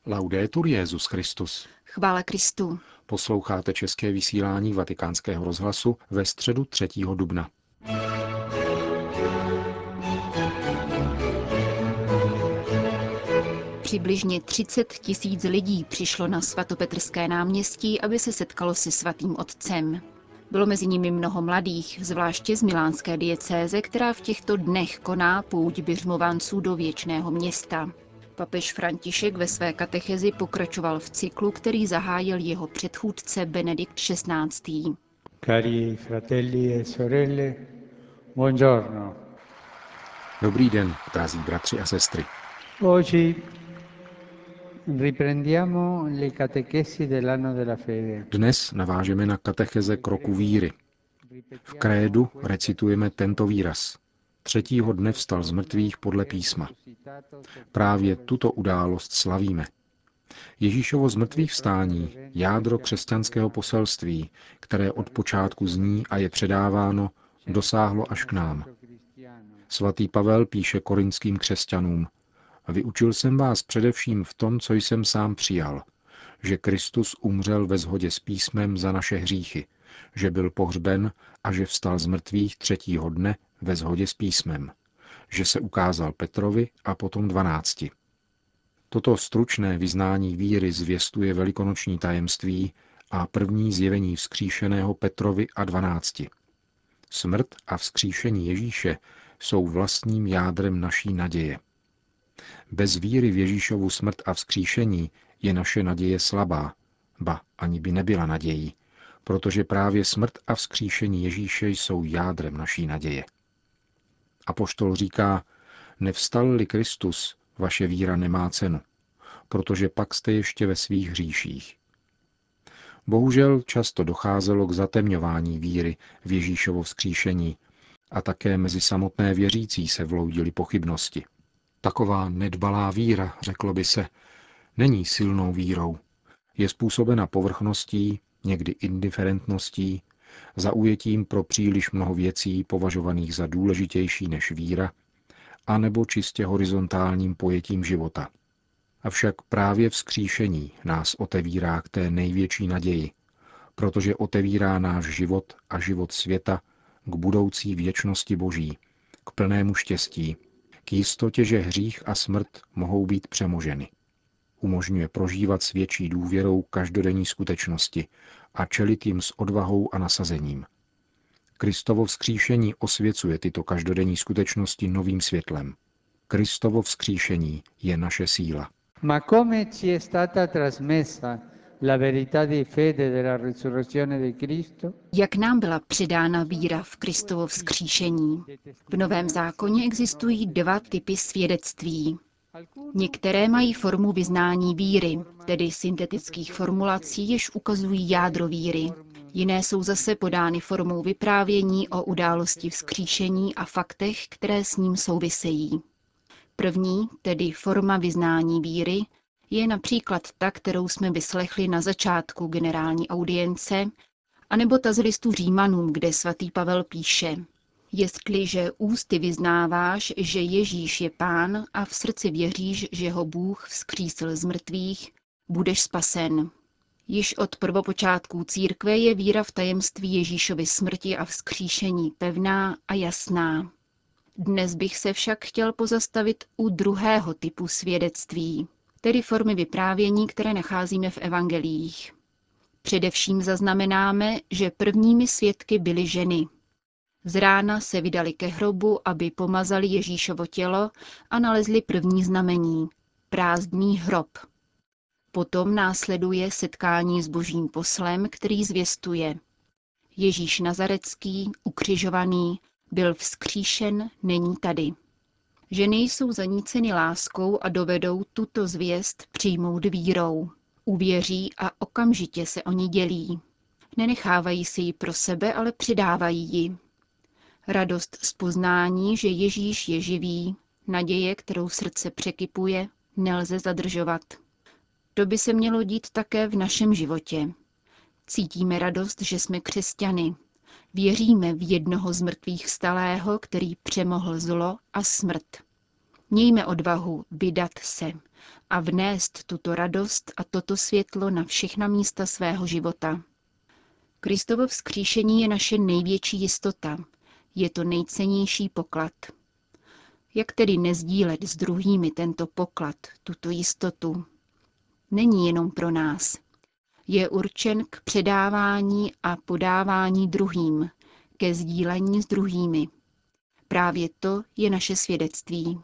Laudetur Jesus Christus. Chvála Kristu. Posloucháte české vysílání Vatikánského rozhlasu ve středu 3. dubna. Přibližně 30 000 lidí přišlo na svatopetrské náměstí, aby se setkalo se svatým otcem. Bylo mezi nimi mnoho mladých, zvláště z milánské diecéze, která v těchto dnech koná pouť biřmovanců do věčného města. Papež František ve své katechezi pokračoval v cyklu, který zahájil jeho předchůdce Benedikt XVI. Cari fratelli e sorelle, buongiorno. Dobrý den, drazí bratři a sestry. Oggi riprendiamo le catechesi dell'anno della fede. Dnes navážeme na katecheze k roku víry. V krédu recitujeme tento výraz. 3. dne vstal z mrtvých podle písma. Právě tuto událost slavíme. Ježíšovo zmrtvých vstání, jádro křesťanského poselství, které od počátku zní a je předáváno, dosáhlo až k nám. Svatý Pavel píše korinským křesťanům: Vyučil jsem vás především v tom, co jsem sám přijal, že Kristus umřel ve shodě s písmem za naše hříchy, že byl pohřben a že vstal z mrtvých 3. dne ve shodě s písmem, že se ukázal Petrovi a potom 12. Toto stručné vyznání víry zvěstuje velikonoční tajemství a první zjevení vzkříšeného Petrovi a 12. Smrt a vzkříšení Ježíše jsou vlastním jádrem naší naděje. Bez víry v Ježíšovu smrt a vzkříšení je naše naděje slabá, ba ani by nebyla nadějí, protože právě smrt a vzkříšení Ježíše jsou jádrem naší naděje. Apoštol říká: Nevstal-li Kristus, vaše víra nemá cenu, protože pak jste ještě ve svých hříších. Bohužel často docházelo k zatemňování víry v Ježíšovo vzkříšení a také mezi samotné věřící se vloudily pochybnosti. Taková nedbalá víra, řeklo by se, není silnou vírou. Je způsobena povrchností, někdy indiferentností, zaujetím pro příliš mnoho věcí považovaných za důležitější než víra, anebo čistě horizontálním pojetím života. Avšak právě vzkříšení nás otevírá k té největší naději, protože otevírá náš život a život světa k budoucí věčnosti Boží, k plnému štěstí, k jistotě, že hřích a smrt mohou být přemoženy. Umožňuje prožívat s větší důvěrou každodenní skutečnosti a čelit jim s odvahou a nasazením. Kristovo vzkříšení osvěcuje tyto každodenní skutečnosti novým světlem. Kristovo vzkříšení je naše síla. Ma come ci è stata trasmessa la verità di fede della risurrezione di Cristo? Jak nám byla předána víra v Kristovo vzkříšení? V Novém zákoně existují 2 typy svědectví. Některé mají formu vyznání víry, tedy syntetických formulací, jež ukazují jádro víry. Jiné jsou zase podány formou vyprávění o události vzkříšení a faktech, které s ním souvisejí. První, tedy forma vyznání víry, je například ta, kterou jsme vyslechli na začátku generální audience, anebo ta z listu Římanům, kde svatý Pavel píše: Jestliže ústy vyznáváš, že Ježíš je Pán a v srdci věříš, že ho Bůh vzkřísil z mrtvých, budeš spasen. Již od prvopočátků církve je víra v tajemství Ježíšovy smrti a vzkříšení pevná a jasná. Dnes bych se však chtěl pozastavit u druhého typu svědectví, tedy formy vyprávění, které nacházíme v evangeliích. Především zaznamenáme, že prvními svědky byly ženy. Z rána se vydali ke hrobu, aby pomazali Ježíšovo tělo a nalezli první znamení – prázdný hrob. Potom následuje setkání s Božím poslem, který zvěstuje: Ježíš Nazarecký, ukřižovaný, byl vzkříšen, není tady. Ženy jsou zaníceny láskou a dovedou tuto zvěst přijmout vírou. Uvěří a okamžitě se o ní dělí. Nenechávají si ji pro sebe, ale přidávají ji. Radost z poznání, že Ježíš je živý, naděje, kterou srdce překypuje, nelze zadržovat. To by se mělo dít také v našem životě. Cítíme radost, že jsme křesťany. Věříme v jednoho z mrtvých vstalého, který přemohl zlo a smrt. Mějme odvahu vydat se a vnést tuto radost a toto světlo na všechna místa svého života. Kristovo vzkříšení je naše největší jistota, je to nejcennější poklad. Jak tedy nezdílet s druhými tento poklad, tuto jistotu? Není jenom pro nás. Je určen k předávání a podávání druhým, ke sdílení s druhými. Právě to je naše svědectví.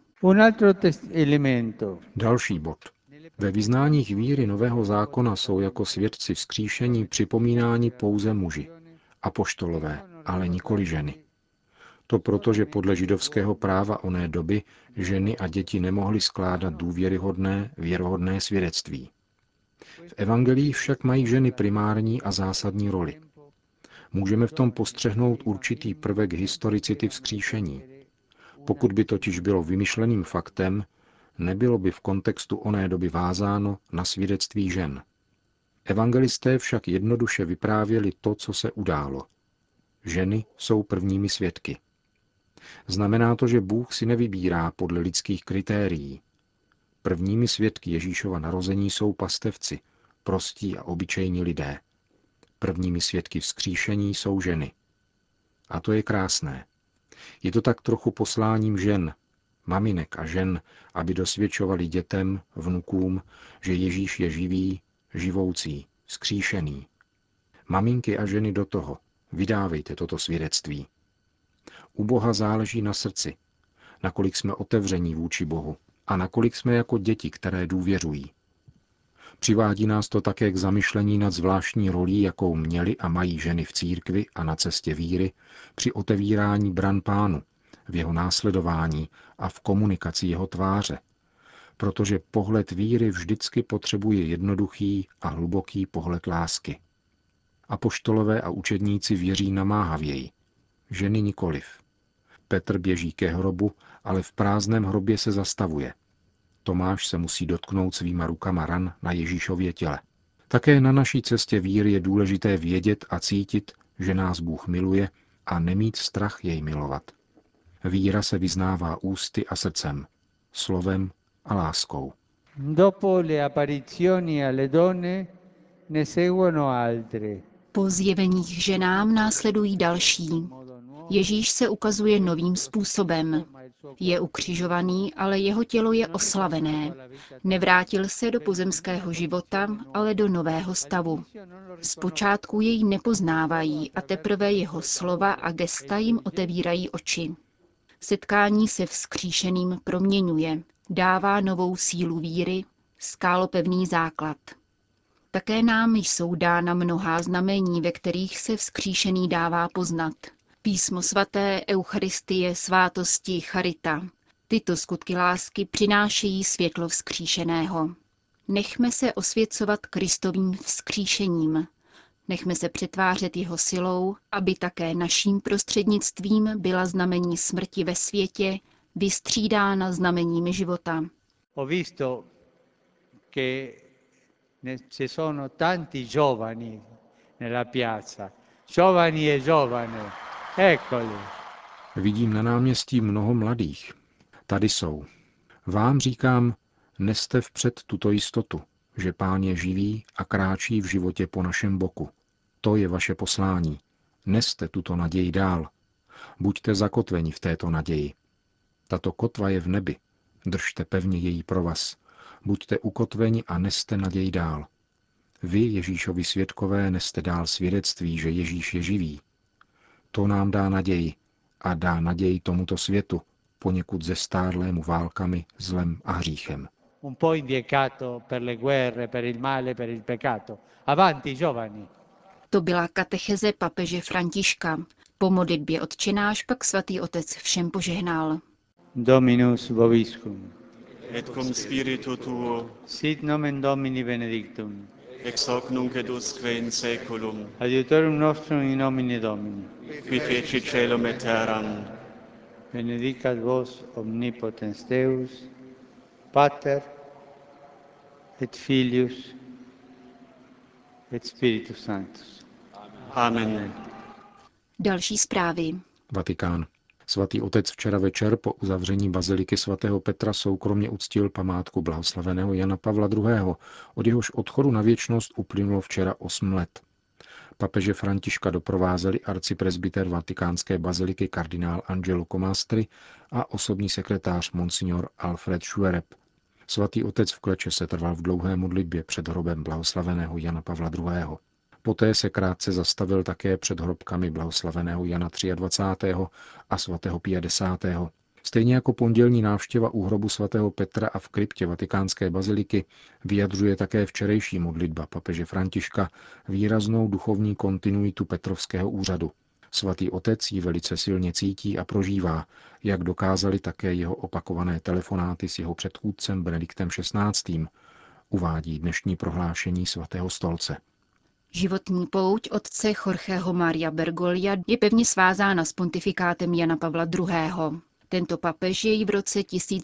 Další bod. Ve vyznáních víry Nového zákona jsou jako svědci vzkříšení připomínáni pouze muži, apoštolové, ale nikoli ženy. To proto, že podle židovského práva oné doby ženy a děti nemohly skládat důvěryhodné, věrohodné svědectví. V evangelii však mají ženy primární a zásadní roli. Můžeme v tom postřehnout určitý prvek historicity vzkříšení. Pokud by totiž bylo vymyšleným faktem, nebylo by v kontextu oné doby vázáno na svědectví žen. Evangelisté však jednoduše vyprávěli to, co se událo. Ženy jsou prvními svědky. Znamená to, že Bůh si nevybírá podle lidských kritérií. Prvními svědky Ježíšova narození jsou pastevci, prostí a obyčejní lidé. Prvními svědky vzkříšení jsou ženy. A to je krásné. Je to tak trochu posláním žen, maminek a žen, aby dosvědčovali dětem, vnukům, že Ježíš je živý, živoucí, vzkříšený. Maminky a ženy do toho, vydávejte toto svědectví. U Boha záleží na srdci, nakolik jsme otevření vůči Bohu a nakolik jsme jako děti, které důvěřují. Přivádí nás to také k zamyšlení nad zvláštní rolí, jakou měly a mají ženy v církvi a na cestě víry při otevírání bran Pánu, v jeho následování a v komunikaci jeho tváře, protože pohled víry vždycky potřebuje jednoduchý a hluboký pohled lásky. Apoštolové a učedníci věří namáhavěji, ženy nikoliv. Petr běží ke hrobu, ale v prázdném hrobě se zastavuje. Tomáš se musí dotknout svýma rukama ran na Ježíšově těle. Také na naší cestě víry je důležité vědět a cítit, že nás Bůh miluje a nemít strach jej milovat. Víra se vyznává ústy a srdcem, slovem a láskou. Dopo le apparizioni alle donne ne seguono altre. Po zjeveních ženám následují další. Ježíš se ukazuje novým způsobem. Je ukřižovaný, ale jeho tělo je oslavené. Nevrátil se do pozemského života, ale do nového stavu. Zpočátku jej nepoznávají a teprve jeho slova a gesta jim otevírají oči. Setkání se vzkříšeným proměňuje, dává novou sílu víry, skálopevný základ. Také nám jsou dána mnohá znamení, ve kterých se vzkříšený dává poznat. Písmo svaté, eucharistie, svátosti, charita. Tyto skutky lásky přinášejí světlo vzkříšeného. Nechme se osvěcovat Kristovým vzkříšením. Nechme se přetvářet jeho silou, aby také naším prostřednictvím byla znamení smrti ve světě vystřídána znameními života. Ho visto che ci sono tanti giovani nella piazza, giovani e giovane, eccoli. Vidím na náměstí mnoho mladých. Tady jsou. Vám říkám, neste vpřed tuto jistotu, že Pán je živý a kráčí v životě po našem boku. To je vaše poslání. Neste tuto naději dál. Buďte zakotveni v této naději. Tato kotva je v nebi. Držte pevně její provaz. Buďte ukotveni a neste naději dál. Vy, Ježíšovi svědkové, neste dál svědectví, že Ježíš je živý. To nám dá naději a dá naději tomuto světu, poněkud zestárlému válkami, zlem a hříchem. Un po' invecchiato per le guerre, per il male, per il peccato. Avanti, giovani. To byla katecheze papeže Františka. Po modlitbě Otčenáš pak svatý otec všem požehnal. Dominus vobiscum. Et cum spiritu tuo, Sit nomen Domini benedictum. ex hoc nunc et usque in saeculum, Adiutorium nostrum in nomine Domini. qui feci caelum et terram, Benedicat vos omnipotens Deus, Pater et Filius et Spiritus Sanctus. Amen. Další zprávy. Vatikán. Svatý otec včera večer po uzavření baziliky svatého Petra soukromně uctil památku blahoslaveného Jana Pavla II. Od jehož odchodu na věčnost uplynulo včera 8 let. Papeže Františka doprovázeli arcipresbyter vatikánské baziliky kardinál Angelo Comastri a osobní sekretář monsignor Alfred Schwereb. Svatý otec v kleče se trval v dlouhé modlitbě před hrobem blahoslaveného Jana Pavla II. Poté se krátce zastavil také před hrobkami blahoslaveného Jana 23. a svatého Pia X. Stejně jako pondělní návštěva u hrobu svatého Petra a v kryptě vatikánské baziliky vyjadřuje také včerejší modlitba papeže Františka výraznou duchovní kontinuitu Petrovského úřadu. Svatý otec ji velice silně cítí a prožívá, jak dokázali také jeho opakované telefonáty s jeho předchůdcem Benediktem XVI. Uvádí dnešní prohlášení svatého stolce. Životní pouť otce Jorgeho Maria Bergoglia je pevně svázána s pontifikátem Jana Pavla II. Tento papež jej v roce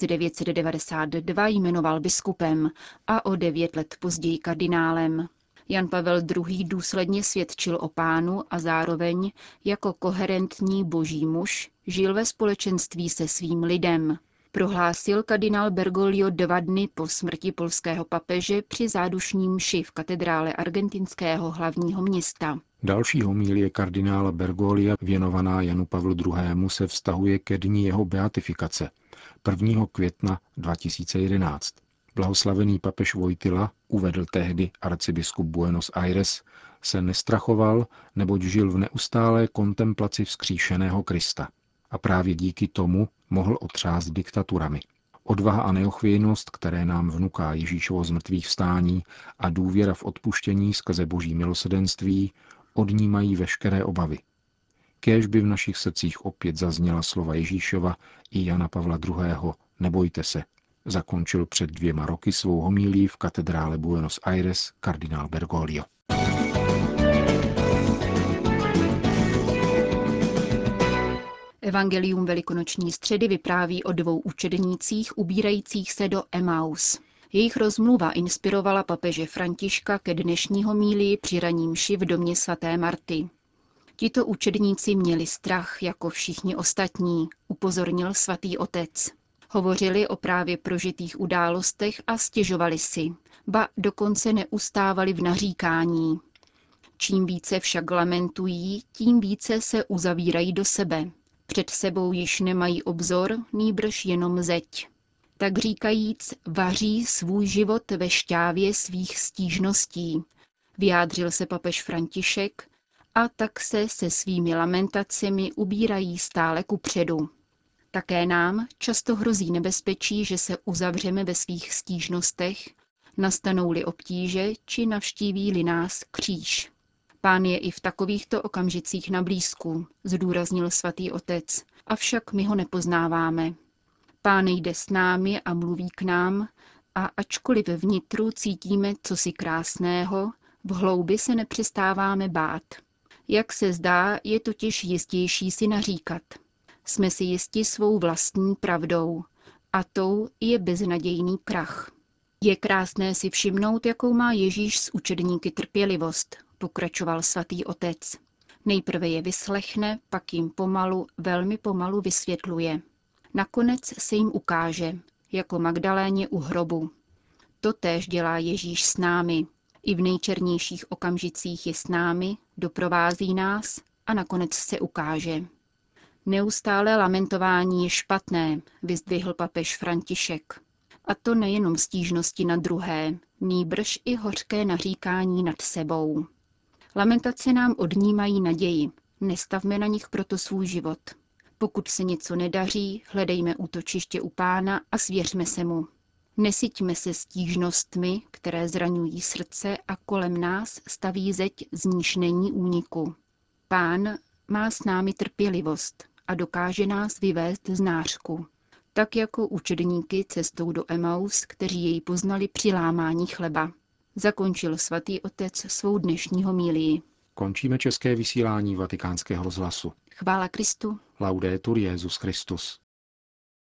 1992 jmenoval biskupem a o 9 let později kardinálem. Jan Pavel II. Důsledně svědčil o Pánu a zároveň jako koherentní boží muž žil ve společenství se svým lidem. Prohlásil kardinál Bergoglio 2 dny po smrti polského papeže při zádušní mši v katedrále argentinského hlavního města. Další homilie kardinála Bergoglia věnovaná Janu Pavlu II. Se vztahuje ke dni jeho beatifikace 1. května 2011. Blahoslavený papež Wojtyla, uvedl tehdy arcibiskup Buenos Aires, se nestrachoval, neboť žil v neustálé kontemplaci vzkříšeného Krista. A právě díky tomu mohl otřást diktaturami. Odvaha a neochvějnost, které nám vnuká Ježíšovo zmrtvýchvstání a důvěra v odpuštění skrze boží milosrdenství, odnímají veškeré obavy. Kéž by v našich srdcích opět zazněla slova Ježíšova i Jana Pavla II. Nebojte se, zakončil před 2 roky svou homílí v katedrále Buenos Aires kardinál Bergoglio. Evangelium velikonoční středy vypráví o 2 učednících ubírajících se do Emaus. Jejich rozmluva inspirovala papeže Františka ke dnešní homílii při ranní mši v domě svaté Marty. Tito učedníci měli strach jako všichni ostatní, upozornil svatý otec. Hovořili o právě prožitých událostech a stěžovali si, ba dokonce neustávali v naříkání. Čím více však lamentují, tím více se uzavírají do sebe. Před sebou již nemají obzor, nýbrž jenom zeď. Tak říkajíc, vaří svůj život ve šťávě svých stížností, vyjádřil se papež František, a tak se svými lamentacemi ubírají stále kupředu. Také nám často hrozí nebezpečí, že se uzavřeme ve svých stížnostech, nastanou-li obtíže či navštíví-li nás kříž. Pán je i v takovýchto okamžicích na blízku, zdůraznil svatý otec, avšak my ho nepoznáváme. Pán jde s námi a mluví k nám a ačkoliv vnitru cítíme cosi krásného, v hloubi se nepřestáváme bát. Jak se zdá, je totiž jistější si naříkat. Jsme si jisti svou vlastní pravdou a tou je beznadějný krach. Je krásné si všimnout, jakou má Ježíš s učedníky trpělivost, pokračoval svatý otec. Nejprve je vyslechne, pak jim pomalu, velmi pomalu vysvětluje. Nakonec se jim ukáže, jako Magdaléně u hrobu. Totéž dělá Ježíš s námi. I v nejčernějších okamžicích je s námi, doprovází nás a nakonec se ukáže. Neustálé lamentování je špatné, vyzdvihl papež František. A to nejenom stížnosti na druhé, nýbrž i hořké naříkání nad sebou. Lamentace nám odnímají naději, nestavme na nich proto svůj život. Pokud se něco nedaří, hledejme útočiště u Pána a svěřme se mu. Nesyťme se stížnostmi, které zraňují srdce a kolem nás staví zeď, z níž není úniku. Pán má s námi trpělivost a dokáže nás vyvést z nářku. Tak jako učedníky cestou do Emaus, kteří jej poznali při lámání chleba. Zakončil svatý otec svou dnešní homílii. Končíme české vysílání Vatikánského rozhlasu. Chvála Kristu. Laudetur Jesus Christus.